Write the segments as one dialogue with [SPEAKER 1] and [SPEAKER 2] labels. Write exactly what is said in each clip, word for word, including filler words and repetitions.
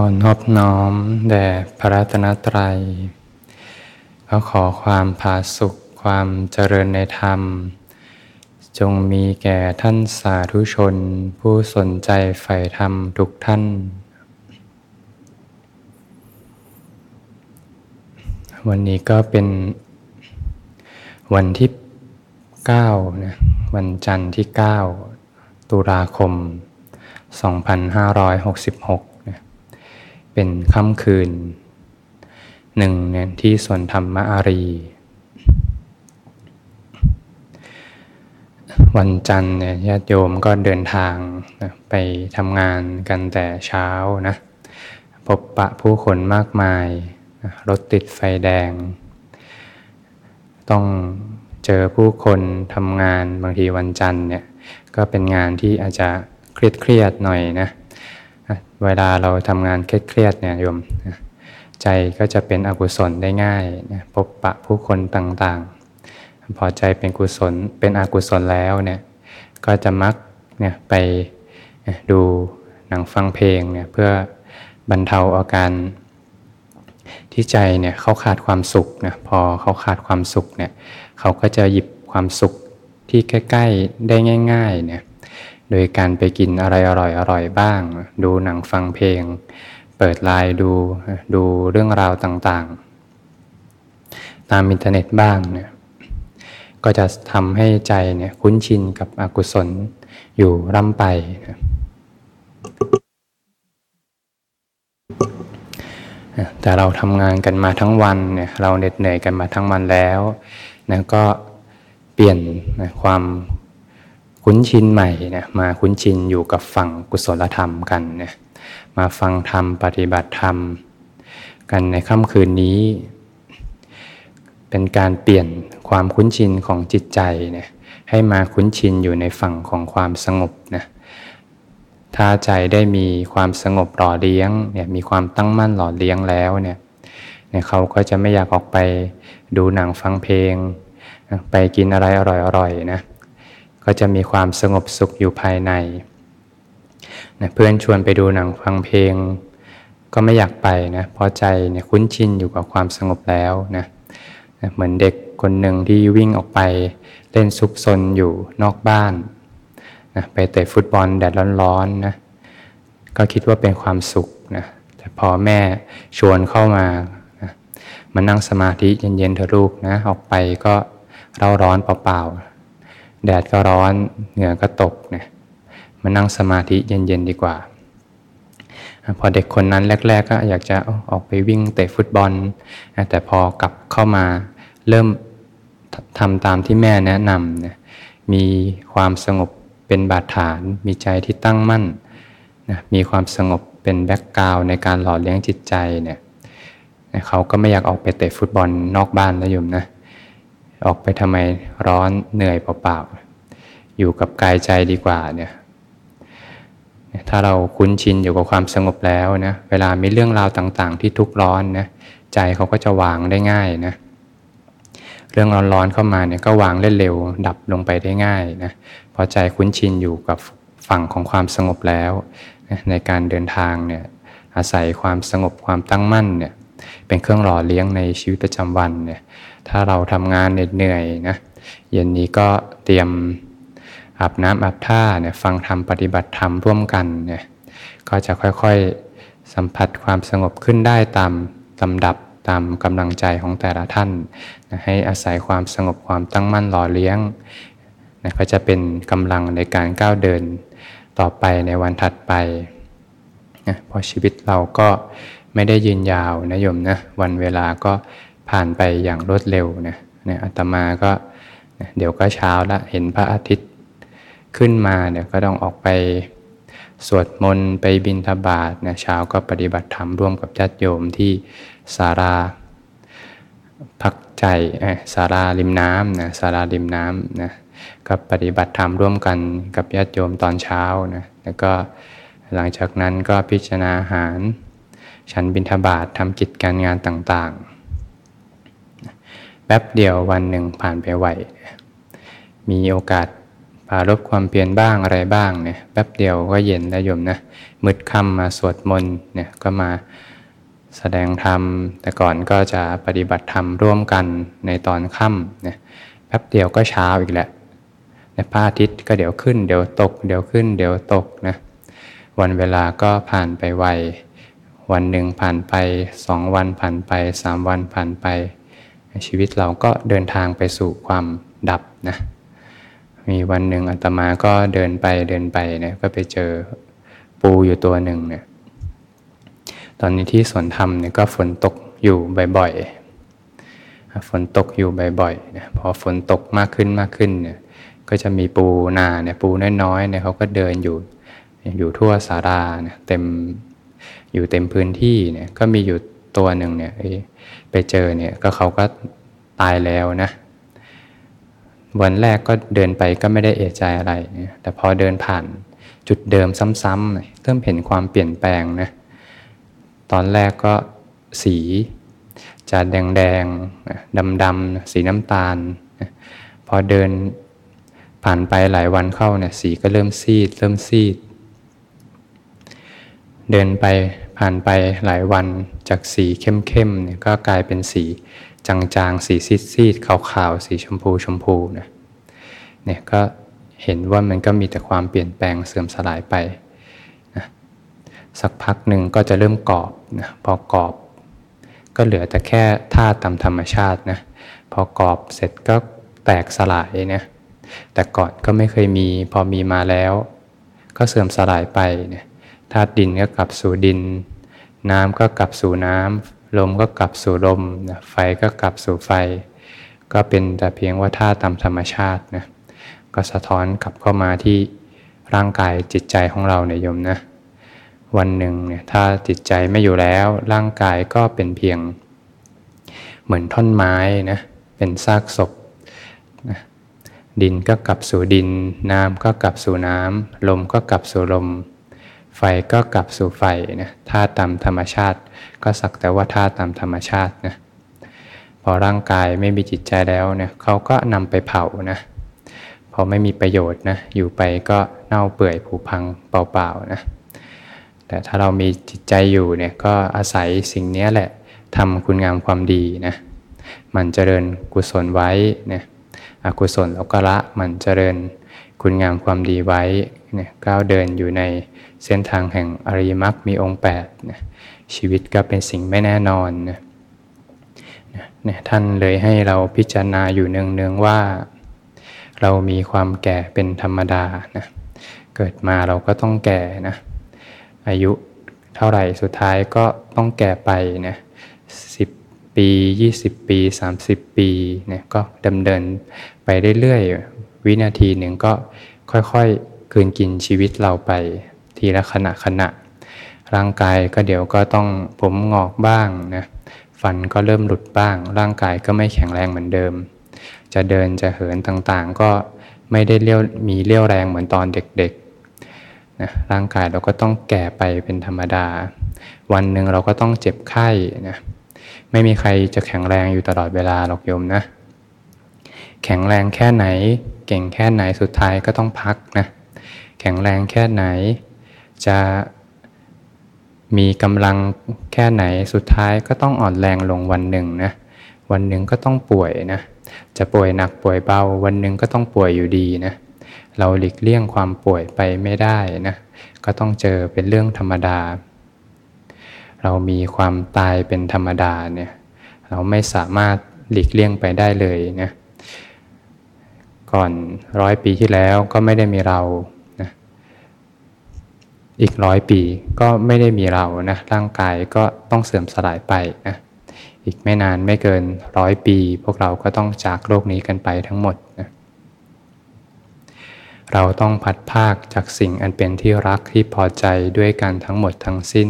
[SPEAKER 1] อนอบน้อมแด่พระรัตนตรัยก็ขอความผาสุกความเจริญในธรรมจงมีแก่ท่านสาธุชนผู้สนใจใฝ่ธรรมทุกท่านวันนี้ก็เป็นวันที่เก้านะวันจันทร์ที่เก้าตุลาคมสองพันห้าร้อยหกสิบหกนะเป็นค่ำคืนหนึ่งเนี่ยที่สวนธรรมอารีวันจันทร์เนี่ยญาติโยมก็เดินทางนะไปทำงานกันแต่เช้านะพบปะผู้คนมากมายนะรถติดไฟแดงต้องเจอผู้คนทำงานบางทีวันจันทร์เนี่ยก็เป็นงานที่อาจจะเครียดๆหน่อยนะเวลาเราทำงานเครียดๆเนี่ยโยมใจก็จะเป็นอกุศลได้ง่ายนะพบปะผู้คนต่างๆพอใจเป็นกุศลเป็นอกุศลแล้วเนี่ยก็จะมักเนี่ยไปดูหนังฟังเพลงเนี่ยเพื่อบรรเทาอาการที่ใจเนี่ยเขาขาดความสุขนะพอเขาขาดความสุขเนี่ยเขาก็จะหยิบความสุขที่ใกล้ๆได้ง่ายๆเนี่ยโดยการไปกินอะไรอร่อยๆบ้างดูหนังฟังเพลงเปิดไลน์ดูดูเรื่องราวต่างๆตามอินเทอร์เน็ตบ้างเนี่ยก็จะทำให้ใจเนี่ยคุ้นชินกับอกุศลอยู่ร่ำไปนะแต่เราทำงานกันมาทั้งวันเนี่ยเราเหน็ดเหนื่อยกันมาทั้งวันแล้วนะก็เปลี่ยนนะความคุ้นชินใหม่นะมาคุ้นชินอยู่กับฝั่งกุศลธรรมกันนะมาฟังธรรมปฏิบัติธรรมกันในค่ำคืนนี้เป็นการเปลี่ยนความคุ้นชินของจิตใจเนี่ยให้มาคุ้นชินอยู่ในฝั่งของความสงบนะถ้าใจได้มีความสงบหล่อเลี้ยงเนี่ยมีความตั้งมั่นหล่อเลี้ยงแล้วเนี่ยเนี่ยเขาก็จะไม่อยากออกไปดูหนังฟังเพลงไปกินอะไรอร่อยๆนะก็จะมีความสงบสุขอยู่ภายในนะเพื่อนชวนไปดูหนังฟังเพลงก็ไม่อยากไปนะเพราะใจเนี่ยคุ้นชินอยู่กับความสงบแล้วนะนะเหมือนเด็กคนหนึ่งที่วิ่งออกไปเล่นซุกซนอยู่นอกบ้านนะไปเตะฟุตบอลแดดร้อนๆนะก็คิดว่าเป็นความสุขนะแต่พอแม่ชวนเข้ามานะมานั่งสมาธิเย็นๆเถอะลูกนะออกไปก็เร่าร้อนเปล่าๆแดดก็ร้อนเหงื่อก็ตกนะมานั่งสมาธิเย็นๆดีกว่าพอเด็กคนนั้นแรกๆก็อยากจะออกไปวิ่งเตะฟุตบอลนะแต่พอกลับเข้ามาเริ่มทำตามที่แม่แนะนำนะมีความสงบเป็นบาดฐานมีใจที่ตั้งมั่นนะมีความสงบเป็นแบ็กกราวด์ในการหล่อเลี้ยงจิตใจเนี่ยนะเขาก็ไม่อยากออกไปเตะฟุตบอลนอกบ้านแล้วโยมนะออกไปทำไมร้อนเหนื่อยเปล่าๆอยู่กับกายใจดีกว่าเนี่ยถ้าเราคุ้นชินอยู่กับความสงบแล้วนะเวลามีเรื่องราวต่างๆที่ทุกข์ร้อนนะใจเขาก็จะวางได้ง่ายนะเรื่องร้อนๆเข้ามาเนี่ยก็วางได้เร็วดับลงไปได้ง่ายนะพอใจคุ้นชินอยู่กับฝั่งของความสงบแล้วนะในการเดินทางเนี่ยอาศัยความสงบความตั้งมั่นเนี่ยเป็นเครื่องหล่อเลี้ยงในชีวิตประจำวันเนี่ยถ้าเราทำงานเหนื่อยๆนะเย็นนี้ก็เตรียมอาบน้ำอาบท่าเนี่ยฟังธรรมปฏิบัติธรรมร่วมกันเนี่ยก็จะค่อยๆสัมผัสความสงบขึ้นได้ตามลำดับตามกำลังใจของแต่ละท่านนะให้อาศัยความสงบความตั้งมั่นหล่อเลี้ยงนะก็จะเป็นกำลังในการก้าวเดินต่อไปในวันถัดไปนะเพราะชีวิตเราก็ไม่ได้ยืนยาวนะโยมนะวันเวลาก็ผ่านไปอย่างรวดเร็วนะเนี่ยอาตมาก็นะเดี๋ยวก็เช้าละเห็นพระอาทิตย์ขึ้นมาเนี่ยก็ต้องออกไปสวดมนต์ไปบิณฑบาตนะเช้าก็ปฏิบัติธรรมร่วมกับญาติโยมที่ศาลาพักใจศาลาริมน้ำนะศาลาริมน้ำนะก็ปฏิบัติธรรมร่วมกันกับญาติโยมตอนเช้านะแล้วก็หลังจากนั้นก็พิจารณาอาหารฉันบิณฑบาตทำกิจการงานต่างๆแป๊บเดียววันหนึ่งผ่านไปไวมีโอกาสารบความเพียรบ้างอะไรบ้างเนี่ยแป๊บเดียวก็เย็นแล้วโยมนะมืดค่ำมาสวดมนต์เนี่ยก็มาแสดงธรรมแต่ก่อนก็จะปฏิบัติธรรมร่วมกันในตอนค่ำเนี่ยแป๊บเดียวก็เช้าอีกแล้วในพระอาทิตย์ก็เดี๋ยวขึ้นเดี๋ยวตกเดี๋ยวขึ้นเดี๋ยวตกนะวันเวลาก็ผ่านไปไววันหนึ่งผ่านไปสองวันผ่านไปสามวันผ่านไปชีวิตเราก็เดินทางไปสู่ความดับนะมีวันหนึ่งอาตมาก็เดินไปเดินไปเนี่ยก็ไปเจอปูอยู่ตัวหนึ่งเนี่ยตอนนี้ที่สวนธรรมเนี่ยก็ฝนตกอยู่บ่อยๆฝนตกอยู่บ่อยๆนะพอฝนตกมากขึ้นมากขึ้นเนี่ยก็จะมีปูนาเนี่ยปูน้อยๆเนี่ยเขาก็เดินอยู่อยู่ทั่วศาลาเนี่ยเต็มอยู่เต็มพื้นที่เนี่ยก็มีอยู่ตัวหนึ่งเนี่ยไปเจอเนี่ยก็เขาก็ตายแล้วนะวันแรกก็เดินไปก็ไม่ได้เอะใจอะไรนะแต่พอเดินผ่านจุดเดิมซ้ำๆเริ่มเห็นความเปลี่ยนแปลงนะตอนแรกก็สีจะแดงๆดำๆสีน้ำตาลนะพอเดินผ่านไปหลายวันเข้าเนี่ยสีก็เริ่มซีดเริ่มซีดเดินไปผ่านไปหลายวันจากสีเข้มๆเนี่ยก็กลายเป็นสีจางๆสีซีดๆขาวๆสีชมพูชมพูนะเนี่ยก็เห็นว่ามันก็มีแต่ความเปลี่ยนแปลงเสื่อมสลายไปนะสักพักหนึ่งก็จะเริ่มกรอบนะพอกรอบก็เหลือแต่แค่ธาตุตามธรรมชาตินะพอกรอบเสร็จก็แตกสลายเนี่ยแต่ก่อนก็ไม่เคยมีพอมีมาแล้วก็เสื่อมสลายไปเนี่ยธาตุดินก็กลับสู่ดินน้ำก็กลับสู่น้ำลมก็กลับสู่ลมนะไฟก็กลับสู่ไฟก็เป็นแต่เพียงว่าธาตุตามธรรมชาตินะก็สะท้อนกลับเข้ามาที่ร่างกายจิตใจของเราเนี่ยโยมนะวันหนึ่งเนี่ยถ้าจิตใจไม่อยู่แล้วร่างกายก็เป็นเพียงเหมือนท่อนไม้นะเป็นซากศพนะดินก็กลับสู่ดินน้ำก็กลับสู่น้ำลมก็กลับสู่ลมไฟก็กลับสู่ไฟนะธาตุตามธรรมชาติก็สักแต่ว่าธาตุตามธรรมชาตินะพอร่างกายไม่มีจิตใจแล้วเนี่ยเขาก็นำไปเผานะพอไม่มีประโยชน์นะอยู่ไปก็เน่าเปื่อยผุพังเปล่าๆนะแต่ถ้าเรามีจิตใจอยู่เนี่ยก็อาศัยสิ่งนี้แหละทำคุณงามความดีนะมันเจริญกุศลไว้เนี่ยอกุศลเราก็ละมันเจริญคุณงามความดีไว้เนี่ยก้าวเดินอยู่ในเส้นทางแห่งอริยมรรคมีองค์แปดนะชีวิตก็เป็นสิ่งไม่แน่นอนนะเนี่ยท่านเลยให้เราพิจารณาอยู่เนืองๆว่าเรามีความแก่เป็นธรรมดานะเกิดมาเราก็ต้องแก่นะอายุเท่าไหร่สุดท้ายก็ต้องแก่ไปนะสิบปียี่สิบปีสามสิบปีเนี่ยก็ดำเนินไปเรื่อยๆวินาทีหนึ่งก็ค่อยๆกลืนกินชีวิตเราไปทีละขณะขณะร่างกายก็เดี๋ยวก็ต้องผมงอกบ้างนะฟันก็เริ่มหลุดบ้างร่างกายก็ไม่แข็งแรงเหมือนเดิมจะเดินจะเหินต่างๆก็ไม่ได้เลี้ยวมีเลี้ยวแรงเหมือนตอนเด็กๆนะร่างกายเราก็ต้องแก่ไปเป็นธรรมดาวันหนึ่งเราก็ต้องเจ็บไข้นะไม่มีใครจะแข็งแรงอยู่ตลอดเวลาหรอกโยมนะแข็งแรงแค่ไหนเก่งแค่ไหนสุดท้ายก็ต้องพักนะแข็งแรงแค่ไหนจะมีกำลังแค่ไหนสุดท้ายก็ต้องอ่อนแรงลงวันหนึ่งนะวันหนึ่งก็ต้องป่วยนะจะป่วยหนักป่วยเบาวันหนึ่งก็ต้องป่วยอยู่ดีนะเราหลีกเลี่ยงความป่วยไปไม่ได้นะก็ต้องเจอเป็นเรื่องธรรมดาเรามีความตายเป็นธรรมดาเนี่ยเราไม่สามารถหลีกเลี่ยงไปได้เลยนะก่อนร้อยปีที่แล้วก็ไม่ได้มีเรานะอีกร้อยปีก็ไม่ได้มีเรานะร่างกายก็ต้องเสื่อมสลายไปนะอีกไม่นานไม่เกินร้อยปีพวกเราก็ต้องจากโลกนี้กันไปทั้งหมดนะเราต้องพัดภาคจากสิ่งอันเป็นที่รักที่พอใจด้วยกันทั้งหมดทั้งสิ้น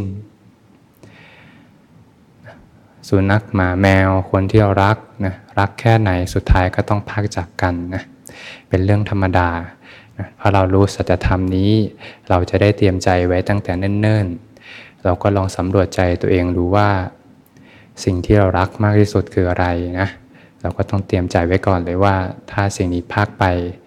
[SPEAKER 1] สุนัขหมาแมวคนที่เรารักนะรักแค่ไหนสุดท้ายก็ต้องพากจากกันนะเป็นเรื่องธรรมดานะพอเรารู้สัจธรรมนี้เราจะได้เตรียมใจไว้ตั้งแต่เนิ่นๆเราก็ลองสำรวจใจตัวเองดูว่าสิ่งที่เรารักมากที่สุดคืออะไรนะเราก็ต้องเตรียมใจไว้ก่อนเลยว่าถ้าสิ่งนี้พากไป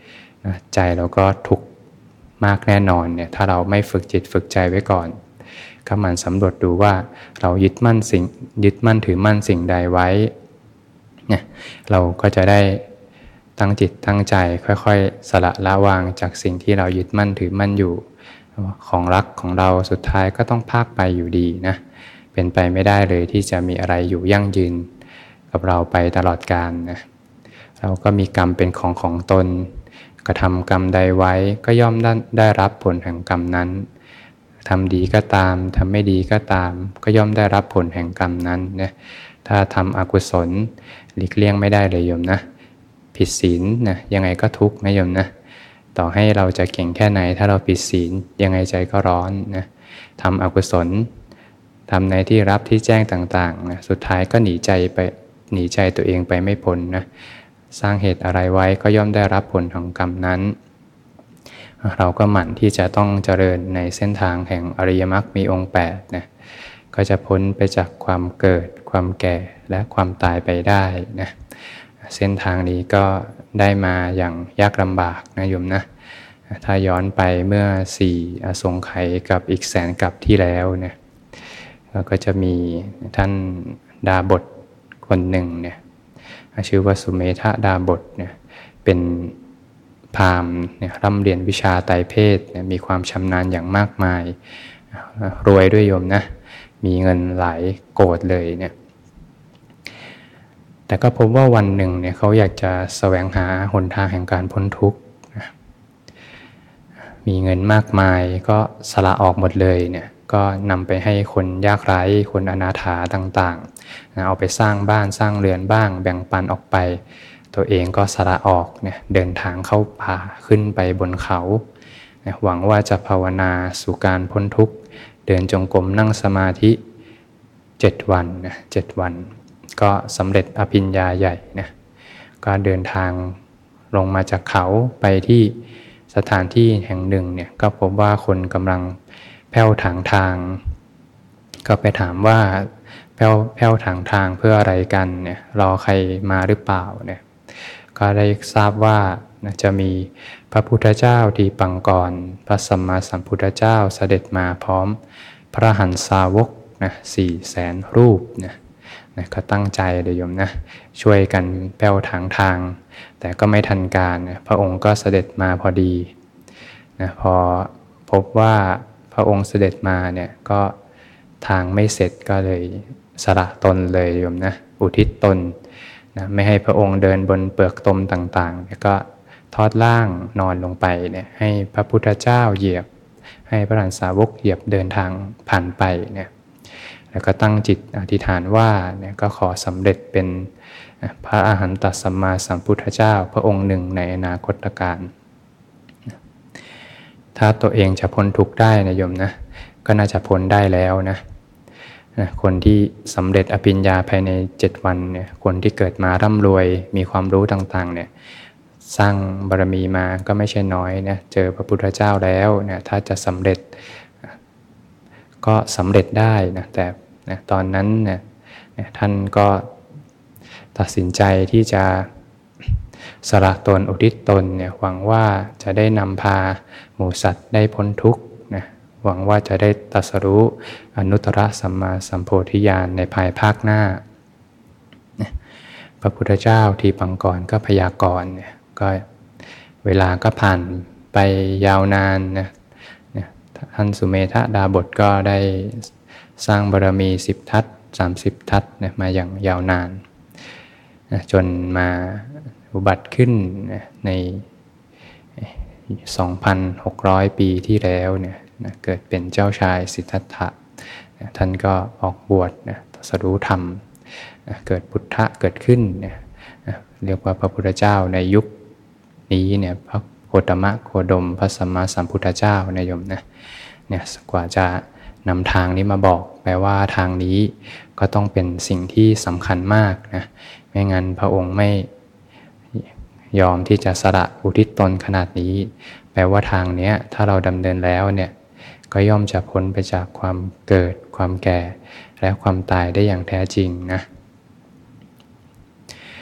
[SPEAKER 1] ใจเราก็ทุกข์มากแน่นอนเนี่ยถ้าเราไม่ฝึกจิตฝึกใจไว้ก่อนก็มันสำรวจดูว่าเรายึดมั่นสิ่งยึดมั่นถือมั่นสิ่งใดไว้เนี่ยเราก็จะได้ตั้งจิตตั้งใจค่อยๆสละละวางจากสิ่งที่เรายึดมั่นถือมั่นอยู่ของรักของเราสุดท้ายก็ต้องพากไปอยู่ดีนะเป็นไปไม่ได้เลยที่จะมีอะไรอยู่ยั่งยืนกับเราไปตลอดกาลนะเราก็มีกรรมเป็นของของตนกระทำกรรมใดไว้ก็ย่อมได้ได้รับผลแห่งกรรมนั้นทำดีก็ตามทำไม่ดีก็ตามก็ย่อมได้รับผลแห่งกรรมนั้นนะถ้าทำอกุศลหลีกเลี่ยงไม่ได้เลยโยมนะผิดศีลนะยังไงก็ทุกข์นะโยมนะต่อให้เราจะเก่งแค่ไหนถ้าเราผิดศีลยังไงใจก็ร้อนนะทำอกุศลทำในที่รับที่แจ้งต่างๆนะสุดท้ายก็หนีใจไปหนีใจตัวเองไปไม่พ้นนะสร้างเหตุอะไรไว้ก็ย่อมได้รับผลของกรรมนั้นเราก็หมั่นที่จะต้องเจริญในเส้นทางแห่งอริยมรรคมีองค์แปดนะก็จะพ้นไปจากความเกิดความแก่และความตายไปได้นะเส้นทางนี้ก็ได้มาอย่างยากลำบากนะโยมนะถ้าย้อนไปเมื่อสี่อสงไขยกับอีกแสนกับที่แล้วเนี่ยก็จะมีท่านดาบทคนหนึ่งเนี่ยชื่อว่าสุเมธะดาบทเนี่ยเป็นพราหมณ์เนี่ยร่ำเรียนวิชาไตรเพศเนี่ยมีความชำนาญอย่างมากมายรวยด้วยโยมนะมีเงินหลายโกฏเลยเนี่ยแต่ก็พบว่าวันหนึ่งเนี่ยเขาอยากจะแสวงหาหนทางแห่งการพ้นทุกข์มีเงินมากมายก็สละออกหมดเลยเนี่ยก็นำไปให้คนยากไร้คนอนาถาต่างๆนะเอาไปสร้างบ้านสร้างเรือนบ้างแบ่งปันออกไปตัวเองก็สละออกเนี่ยเดินทางเข้าป่าขึ้นไปบนเขานะหวังว่าจะภาวนาสู่การพ้นทุกข์เดินจงกรมนั่งสมาธิเจ็ดวันนะเจ็ดวันก็สำเร็จอภิญญาใหญ่นะก็เดินทางลงมาจากเขาไปที่สถานที่แห่งหนึ่งเนี่ยก็พบว่าคนกำลังแผ่วถางทางก็ไปถามว่าแผ่วแผ่วถางทางเพื่ออะไรกันเนี่ยรอใครมาหรือเปล่าเนี่ยก็ได้ทราบว่าจะมีพระพุทธเจ้าที่ปังก่อนพระสัมมาสัมพุทธเจ้าเสด็จมาพร้อมพระหันสาวกนะสี่แสนรูปนะนะก็ตั้งใจเลยโยมนะช่วยกันแผ่วถางทางแต่ก็ไม่ทันการนะพระองค์ก็เสด็จมาพอดีนะพอพบว่าพระองค์เสด็จมาเนี่ยก็ทางไม่เสร็จก็เลยสละตนเลยโยมนะอุทิศตนนะไม่ให้พระองค์เดินบนเปลือกตมต่างๆแล้วก็ทอดล่างนอนลงไปเนี่ยให้พระพุทธเจ้าเหยียบให้พระอรหันตสาวกเหยียบเดินทางผ่านไปเนี่ยแล้วก็ตั้งจิตอธิษฐานว่าเนี่ยก็ขอสำเร็จเป็นพระอรหันตสัมมาสัมพุทธเจ้าพระองค์หนึ่งในอนาคตการถ้าตัวเองจะพ้นทุกข์ได้นะโยมนะก็น่าจะพ้นได้แล้วนะคนที่สำเร็จอภิญญาภายในเจ็ดวันเนี่ยคนที่เกิดมาร่ำรวยมีความรู้ต่างๆเนี่ยสร้างบารมีมาก็ไม่ใช่น้อยนะเจอพระพุทธเจ้าแล้วเนี่ยถ้าจะสำเร็จก็สำเร็จได้นะแต่นะตอนนั้นเนี่ยท่านก็ตัดสินใจที่จะสละตนอุทิศตนเนี่ยหวังว่าจะได้นำพาหมู่สัตว์ได้พ้นทุกข์นะหวังว่าจะได้ตรัสรู้อนุตตรสัมมาสัมโพธิญาณในภายภาคหน้านะพระพุทธเจ้าที่ปังก่อนก็พยากรณ์เนี่ยก็เวลาก็ผ่านไปยาวนานนะท่านสุเมธะดาบทก็ได้สร้างบารมีสิบทัศสามสิบทัศนะมาอย่างยาวนานนะจนมาอุบัติขึ้นนะใน สองพันหกร้อย ปีที่แล้วเนี่ยนะเกิดเป็นเจ้าชายสิทธัตถะนะท่านก็ออกบวชนะตรัสรู้ธรรมนะเกิดพุทธะเกิดขึ้นเนี่ยนะเรียกว่าพระพุทธเจ้าในยุคนี้เนี่ยพระโคตมะโคดมพระสัมมาสัมพุทธเจ้านะโยมนะเนี่ยกว่าจะนำทางนี้มาบอกแปลว่าทางนี้ก็ต้องเป็นสิ่งที่สำคัญมากนะไม่งั้นพระองค์ไม่ยอมที่จะสละอุทิศตนขนาดนี้แปลว่าทางเนี้ยถ้าเราดำเนินแล้วเนี่ยก็ย่อมจะพ้นไปจากความเกิดความแก่และความตายได้อย่างแท้จริงนะ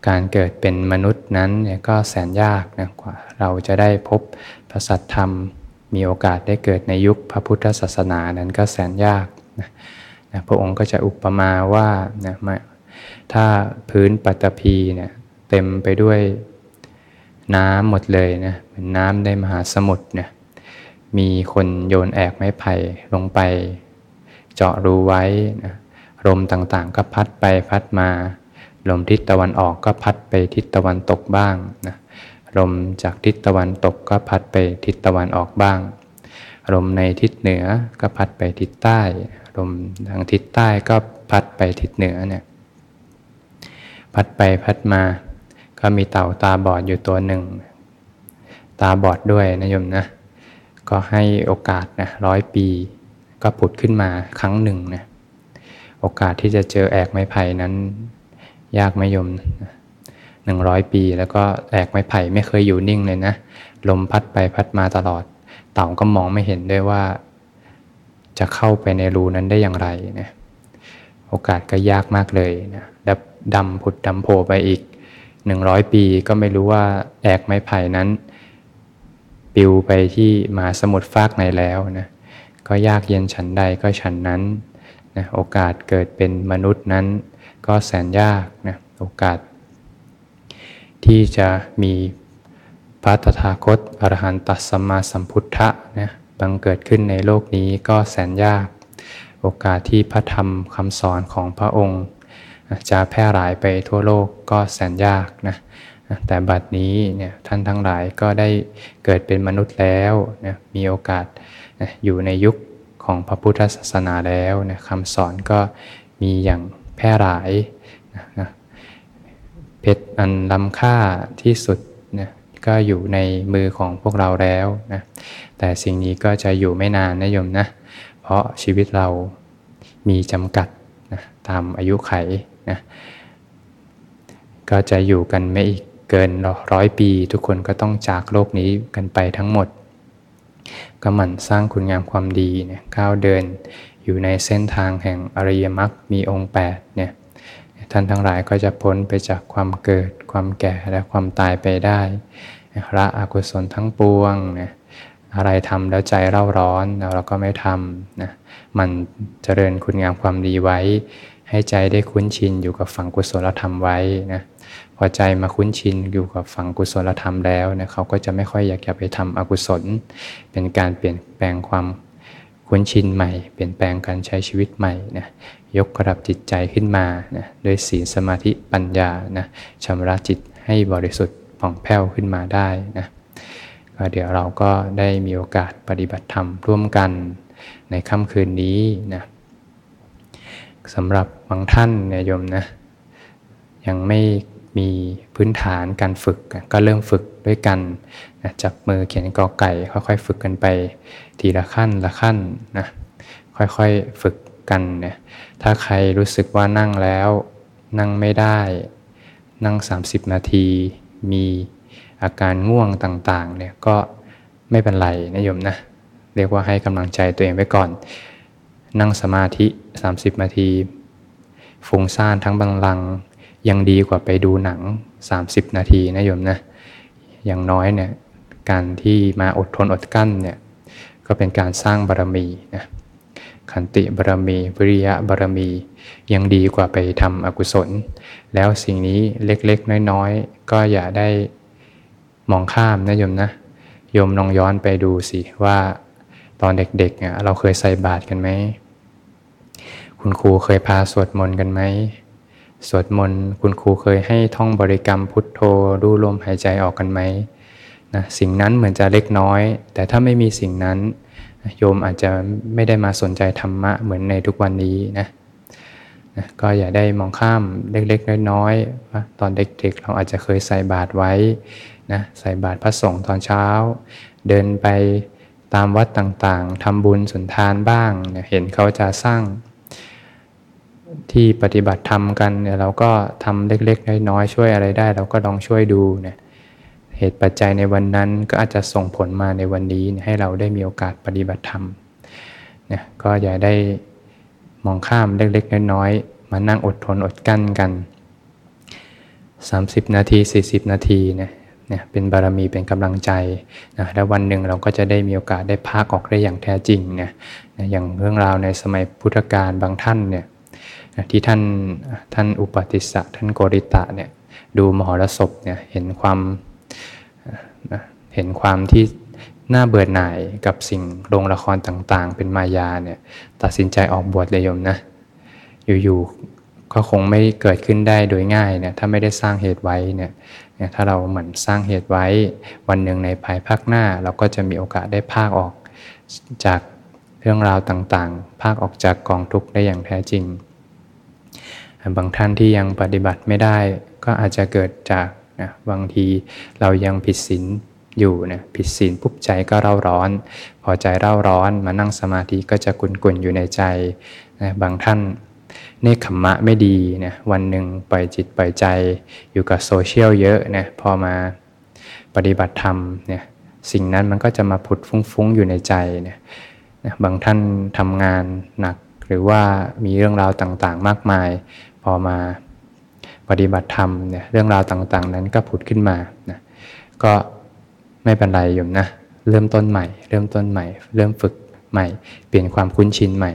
[SPEAKER 1] การเกิดเป็นมนุษย์นั้นเนี่ยก็แสนยากนะกว่าเราจะได้พบพระสัทธรรมมีโอกาสได้เกิดในยุคพระพุทธศาสนานั้นก็แสนยากนะนะพระองค์ก็จะอุปมาว่านะถ้าพื้นปฐพีเนี่ยเต็มไปด้วยน้ำหมดเลยนะเหมือนน้ำในมหาสมุทรเนี่ยมีคนโยนแอกไม้ไผ่ลงไปเจาะรูไว้นะลมต่างๆก็พัดไปพัดมาลมทิศตะวันออกก็พัดไปทิศตะวันตกบ้างนะลมจากทิศตะวันตกก็พัดไปทิศตะวันออกบ้างลมในทิศเหนือก็พัดไปทิศใต้ลมทางทิศใต้ก็พัดไปทิศเหนือเนี่ยพัดไปพัดมาก็มีเต่าตาบอดอยู่ตัวหนึ่งตาบอดด้วยนะโยมนะก็ให้โอกาสนะร้อยปีก็ผุดขึ้นมาครั้งหนึ่งนะโอกาสที่จะเจอแอกไม้ไผ่นั้นยากไหมโยมหนึ่งร้อยปีแล้วก็แอกไม้ไผ่ไม่เคยอยู่นิ่งเลยนะลมพัดไปพัดมาตลอดเต่าก็มองไม่เห็นด้วยว่าจะเข้าไปในรูนั้นได้อย่างไรนะโอกาสก็ยากมากเลยนะแล้วดำผุดดำโผล่ไปอีกหนึ่งร้อยปีก็ไม่รู้ว่าแอกไม้ไผ่นั้นปลิวไปที่มหาสมุทรฟากไหนแล้วนะก็ยากเย็นฉันใดก็ฉันนั้นนะโอกาสเกิดเป็นมนุษย์นั้นก็แสนยากนะโอกาสที่จะมีพระตถาคตอรหันตสัมมาสัมพุทธะนะบังเกิดขึ้นในโลกนี้ก็แสนยากโอกาสที่พระธรรมคำสอนของพระองค์จะแพร่หลายไปทั่วโลกก็แสนยากนะแต่บัดนี้เนี่ยท่านทั้งหลายก็ได้เกิดเป็นมนุษย์แล้วนะมีโอกาสนะอยู่ในยุคของพระพุทธศาสนาแล้วนะคำสอนก็มีอย่างแพร่หลายนะนะเพชรอันล้ำค่าที่สุดนะก็อยู่ในมือของพวกเราแล้วนะแต่สิ่งนี้ก็จะอยู่ไม่นานนะโยมนะเพราะชีวิตเรามีจำกัดนะตามอายุไขนะก็จะอยู่กันไม่อีกเกินร้อยปีทุกคนก็ต้องจากโลกนี้กันไปทั้งหมดก็หมั่นสร้างคุณงามความดีเนี่ยก้าวเดินอยู่ในเส้นทางแห่งอริยมรรคมีองค์แปดเนี่ยท่านทั้งหลายก็จะพ้นไปจากความเกิดความแก่และความตายไปได้ละอกุศลทั้งปวงเนี่ยอะไรทำแล้วใจเร่าร้อนเราก็ไม่ทำนะมันเจริญคุณงามความดีไว้ให้ใจได้คุ้นชินอยู่กับฝั่งกุศลธรรมไว้นะพอใจมาคุ้นชินอยู่กับฝั่งกุศลธรรมแล้วเนี่ยเขาก็จะไม่ค่อยอยากจะไปทำอกุศลเป็นการเปลี่ยนแปลงความคุ้นชินใหม่เปลี่ยนแปลงการใช้ชีวิตใหม่นะยกระดับจิตใจขึ้นมานะด้วยศีลสมาธิปัญญานะชำระจิตให้บริสุทธิ์ผ่องแผ้วขึ้นมาได้นะก็เดี๋ยวเราก็ได้มีโอกาสปฏิบัติธรรมร่วมกันในค่ำคืนนี้นะสำหรับบางท่านเนี่ยโยมนะยังไม่มีพื้นฐานการฝึกก็เริ่มฝึกด้วยกันนะจับมือเขียนกอไก่ค่อยๆฝึกกันไปทีละขั้นละขั้นนะค่อยๆฝึกกันเนี่ยถ้าใครรู้สึกว่านั่งแล้วนั่งไม่ได้นั่งสามสิบนาทีมีอาการง่วงต่างๆเนี่ยก็ไม่เป็นไรนะโยมนะเรียกว่าให้กำลังใจตัวเองไว้ก่อนนั่งสมาธิสามสิบนาทีฟุ้งซ่านทั้งบัลลังก์ยังดีกว่าไปดูหนังสามสิบนาทีนะโยมนะอย่างน้อยเนี่ยการที่มาอดทนอดกั้นเนี่ยก็เป็นการสร้างบารมีนะขันติบารมีวิริยะบารมียังดีกว่าไปทำอกุศลแล้วสิ่งนี้เล็กๆน้อยๆก็อย่าได้มองข้ามนะโยมนะโยมลองย้อนไปดูสิว่าตอนเด็กๆเนี่ยเราเคยใส่บาตรกันไหมคุณครูเคยพาสวดมนต์กันไหมสวดมนต์คุณครูเคยให้ท่องบริกรรมพุทโธดูลมหายใจออกกันไหมนะสิ่งนั้นเหมือนจะเล็กน้อยแต่ถ้าไม่มีสิ่งนั้นโยมอาจจะไม่ได้มาสนใจธรรมะเหมือนในทุกวันนี้นะนะก็อย่าได้มองข้ามเล็กๆน้อยๆว่าตอนเด็กๆเราอาจจะเคยใส่บาตรไว้นะใส่บาตรพระสงฆ์ตอนเช้าเดินไปตามวัดต่างๆทำบุญสุนทานบ้างเนี่ยเห็นเขาจะสร้างที่ปฏิบัติธรรมกันเนี่ยเราก็ทำเล็กๆน้อยๆช่วยอะไรได้เราก็ลองช่วยดูเนี่ยเหตุปัจจัยในวันนั้นก็อาจจะส่งผลมาในวันนี้ให้เราได้มีโอกาสปฏิบัติธรรมเนี่ยก็อย่าได้มองข้ามเล็กๆน้อยๆมานั่งอดทนอดกั้นกันสามสิบนาทีสี่สิบนาทีเนี่ยเนี่ยเป็นบารมีเป็นกำลังใจนะแล้ววันหนึ่งเราก็จะได้มีโอกาสได้พากออกได้อย่างแท้จริงเนี่ยนะอย่างเรื่องราวในสมัยพุทธกาลบางท่านเนี่ยนะที่ท่านท่านอุปติสสะท่านโกริตะเนี่ยดูมหรสพเนี่ยเห็นความนะเห็นความที่น่าเบื่อหน่ายกับสิ่งโรงละครต่างๆเป็นมายาเนี่ยตัดสินใจออกบวชเลยโยมนะอยู่ๆก็คงไม่เกิดขึ้นได้โดยง่ายเนี่ยถ้าไม่ได้สร้างเหตุไว้เนี่ยถ้าเราเหมือนสร้างเหตุไว้วันหนึ่งในภายภาคหน้าเราก็จะมีโอกาสได้พากออกจากเรื่องราวต่างๆพากออกจากกองทุกข์ได้อย่างแท้จริงบางท่านที่ยังปฏิบัติไม่ได้ก็อาจจะเกิดจากนะบางทีเรายังผิดศีลอยู่นะผิดศีลปุ๊บใจก็เร่าร้อนพอใจเร่าร้อนมานั่งสมาธิก็จะกุ่นๆอยู่ในใจนะบางท่านเนคขมมะไม่ดีนะวันหนึ่งปล่อยจิตปล่อยใจอยู่กับโซเชียลเยอะนะพอมาปฏิบัติธรรมเนี่ยสิ่งนั้นมันก็จะมาผุดฟุ้งๆอยู่ในใจเนี่ยนะบางท่านทำงานหนักหรือว่ามีเรื่องราวต่างๆมากมายพอมาปฏิบัติธรรมเนี่ยเรื่องราวต่างๆนั้นก็ผุดขึ้นมานะก็ไม่เป็นไรโยมนะเริ่มต้นใหม่เริ่มต้นใหม่เริ่มฝึกใหม่เปลี่ยนความคุ้นชินใหม่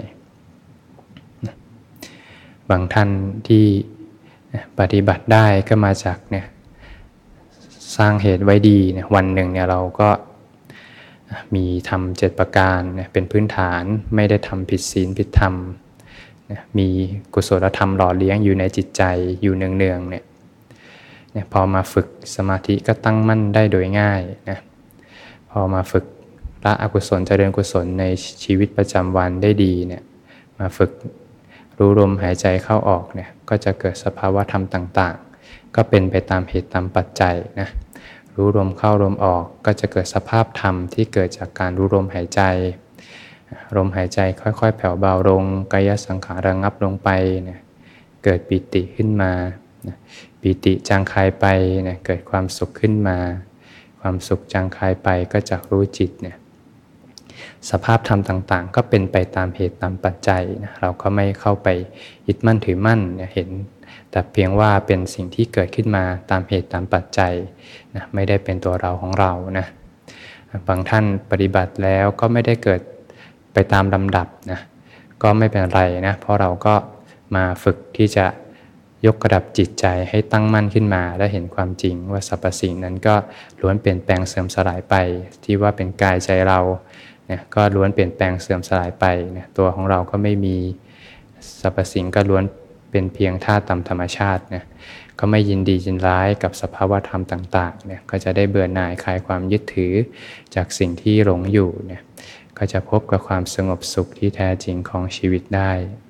[SPEAKER 1] บางท่านที่ปฏิบัติได้ก็มาจากเนี่ยสร้างเหตุไว้ดีเนี่ยวันหนึ่งเนี่ยเราก็มีทำเจ็ดประการเนี่ยเป็นพื้นฐานไม่ได้ทำผิดศีลผิดธรรมมีกุศลธรรมหล่อเลี้ยงอยู่ในจิตใจอยู่เนืองๆเนี่ยเนี่ยพอมาฝึกสมาธิก็ตั้งมั่นได้โดยง่ายนะพอมาฝึกละอกุศลเจริญกุศลในชีวิตประจำวันได้ดีเนี่ยมาฝึกรู้ลมหายใจเข้าออกเนี่ยก็จะเกิดสภาวะธรรมต่างๆก็เป็นไปตามเหตุตามปัจจัยนะรู้ลมเข้าลมออกก็จะเกิดสภาพธรรมที่เกิดจากการรู้ลมหายใจลมหายใจค่อยๆแผ่วเบาลงกายสังขารระงับลงไปเนี่ยเกิดปิติขึ้นมาปิติจางคายไปเนี่ยเกิดความสุขขึ้นมาความสุขจางคายไปก็จากรู้จิตเนี่ยสภาพธรรมต่างๆก็เป็นไปตามเหตุตามปัจจัยนะเราก็ไม่เข้าไปยึดมั่นถือมั่นเนี่ยเห็นแต่เพียงว่าเป็นสิ่งที่เกิดขึ้นมาตามเหตุตามปัจจัยนะไม่ได้เป็นตัวเราของเรานะบางท่านปฏิบัติแล้วก็ไม่ได้เกิดไปตามลำดับนะก็ไม่เป็นไรนะเพราะเราก็มาฝึกที่จะยกระดับจิตใจให้ตั้งมั่นขึ้นมาและเห็นความจริงว่าสรรพสิ่งนั้นก็ล้วนเปลี่ยนแปลงเสื่อมสลายไปที่ว่าเป็นกายใจเราเนี่ยก็ล้วนเปลี่ยนแปลงเสื่อมสลายไปเนี่ยตัวของเราก็ไม่มีสรรพสิ่งก็ล้วนเป็นเพียงธาตุตามธรรมชาติเนี่ยก็ไม่ยินดียินร้ายกับสภาวะธรรมต่างๆเนี่ยก็จะได้เบื่อหน่ายคลายความยึดถือจากสิ่งที่หลงอยู่เนี่ยก็จะพบกับความสงบสุขที่แท้จริงของชีวิตได้